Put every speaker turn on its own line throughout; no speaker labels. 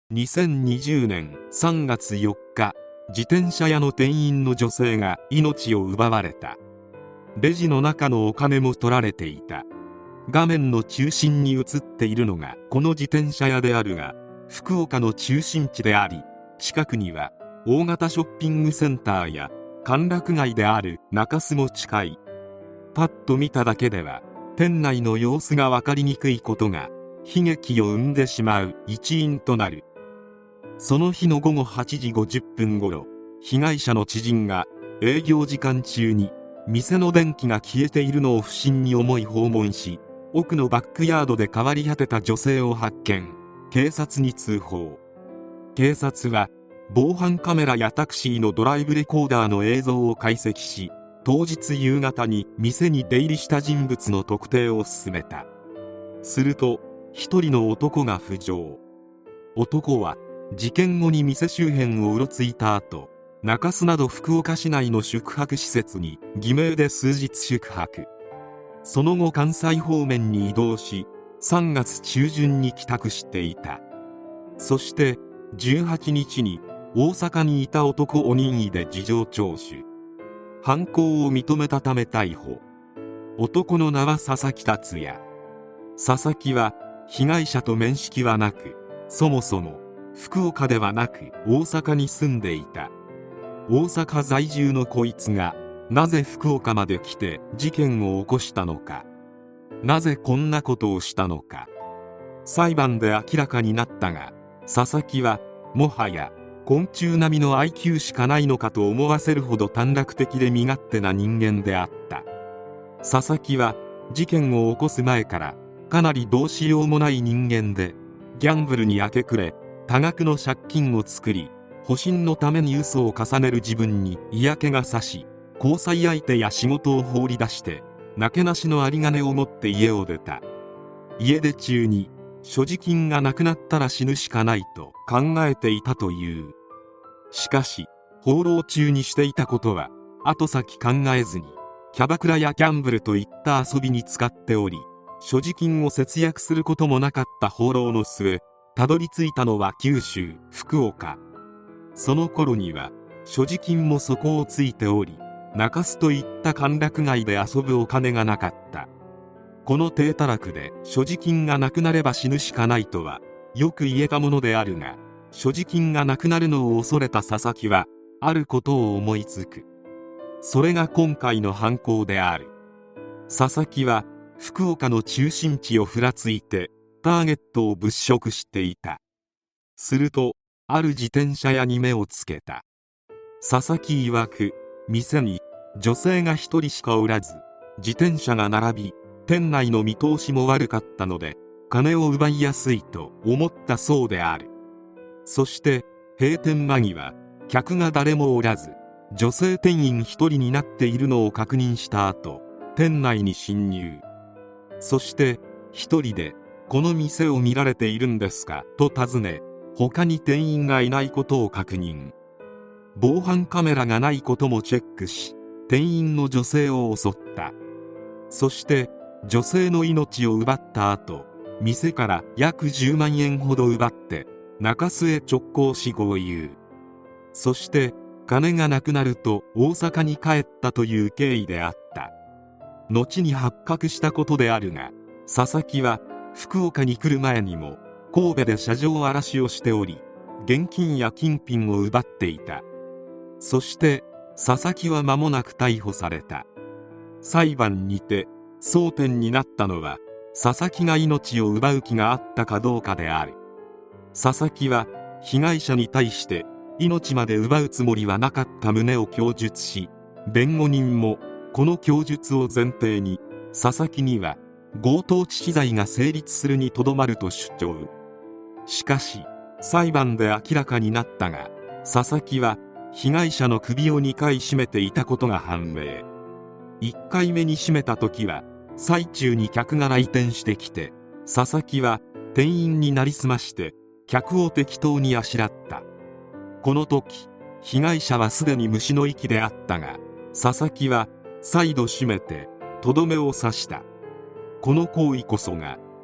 2020年3月4日、自転車屋の店員の女性が命を奪われた。レジの中のお金も取られていた。画面の中心に映っているのがこの自転車屋であるが、福岡の中心地であり、近くには大型ショッピングセンターや歓楽街である中洲も近い。パッと見ただけでは店内の様子が分かりにくいことが悲劇を生んでしまう一因となる。その日の午後8時50分頃、被害者の知人が営業時間中に店の電気が消えているのを不審に思い訪問し、奥のバックヤードで変わり果てた女性を発見。警察に通報。警察は防犯カメラやタクシーのドライブレコーダーの映像を解析し、当日夕方に店に出入りした人物の特定を進めた。すると一人の男が浮上。男は事件後に店周辺をうろついた後、中洲など福岡市内の宿泊施設に偽名で数日宿泊。その後関西方面に移動し、3月中旬に帰宅していた。そして18日に大阪にいた男を任意で事情聴取。犯行を認めたため逮捕。男の名は佐々木達也。佐々木は被害者と面識はなく、そもそも福岡ではなく大阪に住んでいた。大阪在住のこいつがなぜ福岡まで来て事件を起こしたのか、なぜこんなことをしたのか、裁判で明らかになったが、佐々木はもはや昆虫並みの IQ しかないのかと思わせるほど短絡的で身勝手な人間であった。佐々木は事件を起こす前からかなりどうしようもない人間で、ギャンブルに明け暮れ多額の借金を作り、保身のために嘘を重ねる自分に嫌気がさし、交際相手や仕事を放り出してなけなしの有り金を持って家を出た。家出中に所持金がなくなったら死ぬしかないと考えていたという。しかし放浪中にしていたことは後先考えずにキャバクラやギャンブルといった遊びに使っており、所持金を節約することもなかった放浪の末、たどり着いたのは九州福岡。その頃には所持金も底をついており、中洲といった歓楽街で遊ぶお金がなかった。この低たらくで所持金がなくなれば死ぬしかないとはよく言えたものであるが、所持金がなくなるのを恐れた佐々木はあることを思いつく。それが今回の犯行である。佐々木は福岡の中心地をふらついてターゲットを物色していた。するとある自転車屋に目をつけた。佐々木曰く、店に女性が一人しかおらず、自転車が並び、店内の見通しも悪かったので金を奪いやすいと思ったそうである。そして閉店間際、客が誰もおらず女性店員一人になっているのを確認した後、店内に侵入。そして一人でこの店を見られているんですかと尋ね、他に店員がいないことを確認。防犯カメラがないこともチェックし、店員の女性を襲った。そして女性の命を奪った後、店から約10万円ほど奪って中洲へ直行し豪遊。そして金がなくなると大阪に帰ったという経緯であった。後に発覚したことであるが、佐々木は福岡に来る前にも神戸で車上荒らしをしており、現金や金品を奪っていた。そして佐々木は間もなく逮捕された。裁判にて争点になったのは、佐々木が命を奪う気があったかどうかである。佐々木は被害者に対して命まで奪うつもりはなかった旨を供述し、弁護人もこの供述を前提に佐々木には強盗致死罪が成立するにとどまると主張。しかし裁判で明らかになったが、佐々木は被害者の首を2回絞めていたことが判明。1回目に絞めた時は最中に客が来店してきて、佐々木は店員になりすまして客を適当にあしらった。この時被害者はすでに虫の息であったが、佐々木は再度絞めてとどめを刺した。この行為こそが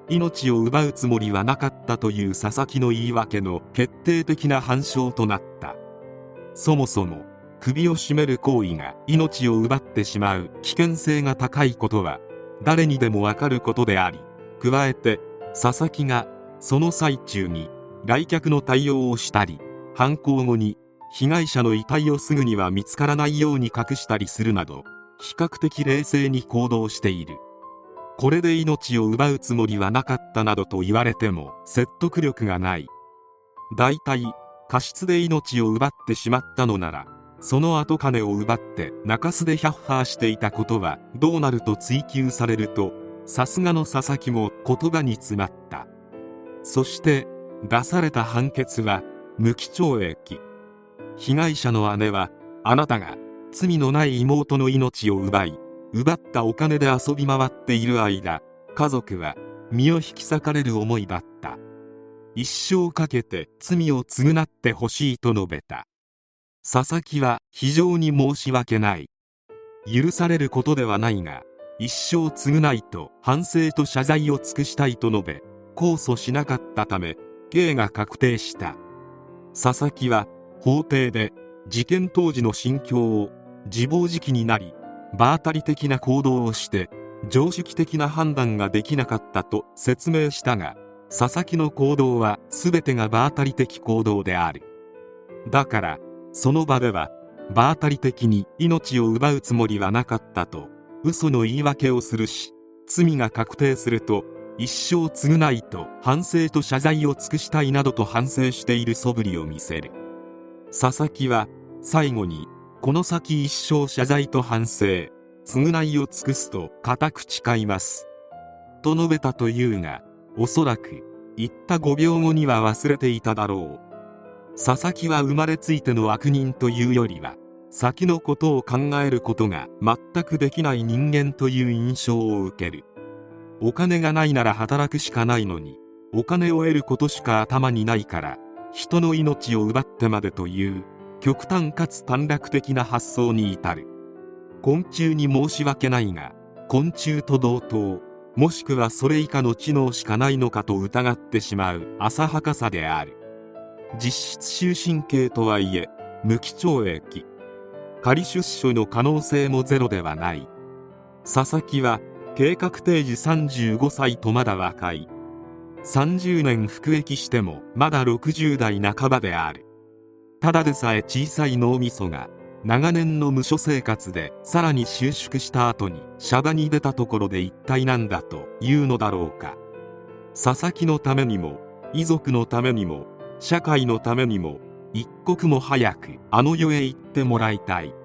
命を奪うつもりはなかったという佐々木の言い訳の決定的な反証となった。そもそも首を絞める行為が命を奪ってしまう危険性が高いことは誰にでもわかることであり、加えて佐々木がその最中に来客の対応をしたり、犯行後に被害者の遺体をすぐには見つからないように隠したりするなど、比較的冷静に行動している。これで命を奪うつもりはなかったなどと言われても説得力がない。だいたい過失で命を奪ってしまったのなら、その後金を奪って中洲でヒャッハーしていたことはどうなると追及されると、さすがの佐々木も言葉に詰まった。そして出された判決は無期懲役。被害者の姉は、あなたが罪のない妹の命を奪ったお金で遊び回っている間、家族は身を引き裂かれる思いだった。一生かけて罪を償ってほしいと述べた。佐々木は非常に申し訳ない。許されることではないが、一生償いと反省と謝罪を尽くしたいと述べ、控訴しなかったため、刑が確定した。佐々木は法廷で事件当時の心境を、自暴自棄になり場当たり的な行動をして常識的な判断ができなかったと説明したが、佐々木の行動は全てが場当たり的行動である。だからその場では場当たり的に命を奪うつもりはなかったと嘘の言い訳をするし、罪が確定すると一生償いと反省と謝罪を尽くしたいなどと反省している素振りを見せる。佐々木は最後に、この先一生謝罪と反省、償いを尽くすと固く誓いますと述べたというが、おそらく言った5秒後には忘れていただろう。佐々木は生まれついての悪人というよりは、先のことを考えることが全くできない人間という印象を受ける。お金がないなら働くしかないのに、お金を得ることしか頭にないから人の命を奪ってまでという極端かつ短絡的な発想に至る。昆虫に申し訳ないが、昆虫と同等、もしくはそれ以下の知能しかないのかと疑ってしまう浅はかさである。実質終身刑とはいえ無期懲役、仮出所の可能性もゼロではない。佐々木は計画定時35歳とまだ若い。30年服役してもまだ60代半ばである。ただでさえ小さい脳みそが長年の無所生活でさらに収縮した後にシャバに出たところで一体なんだというのだろうか。佐々木のためにも遺族のためにも社会のためにも一刻も早くあの世へ行ってもらいたい。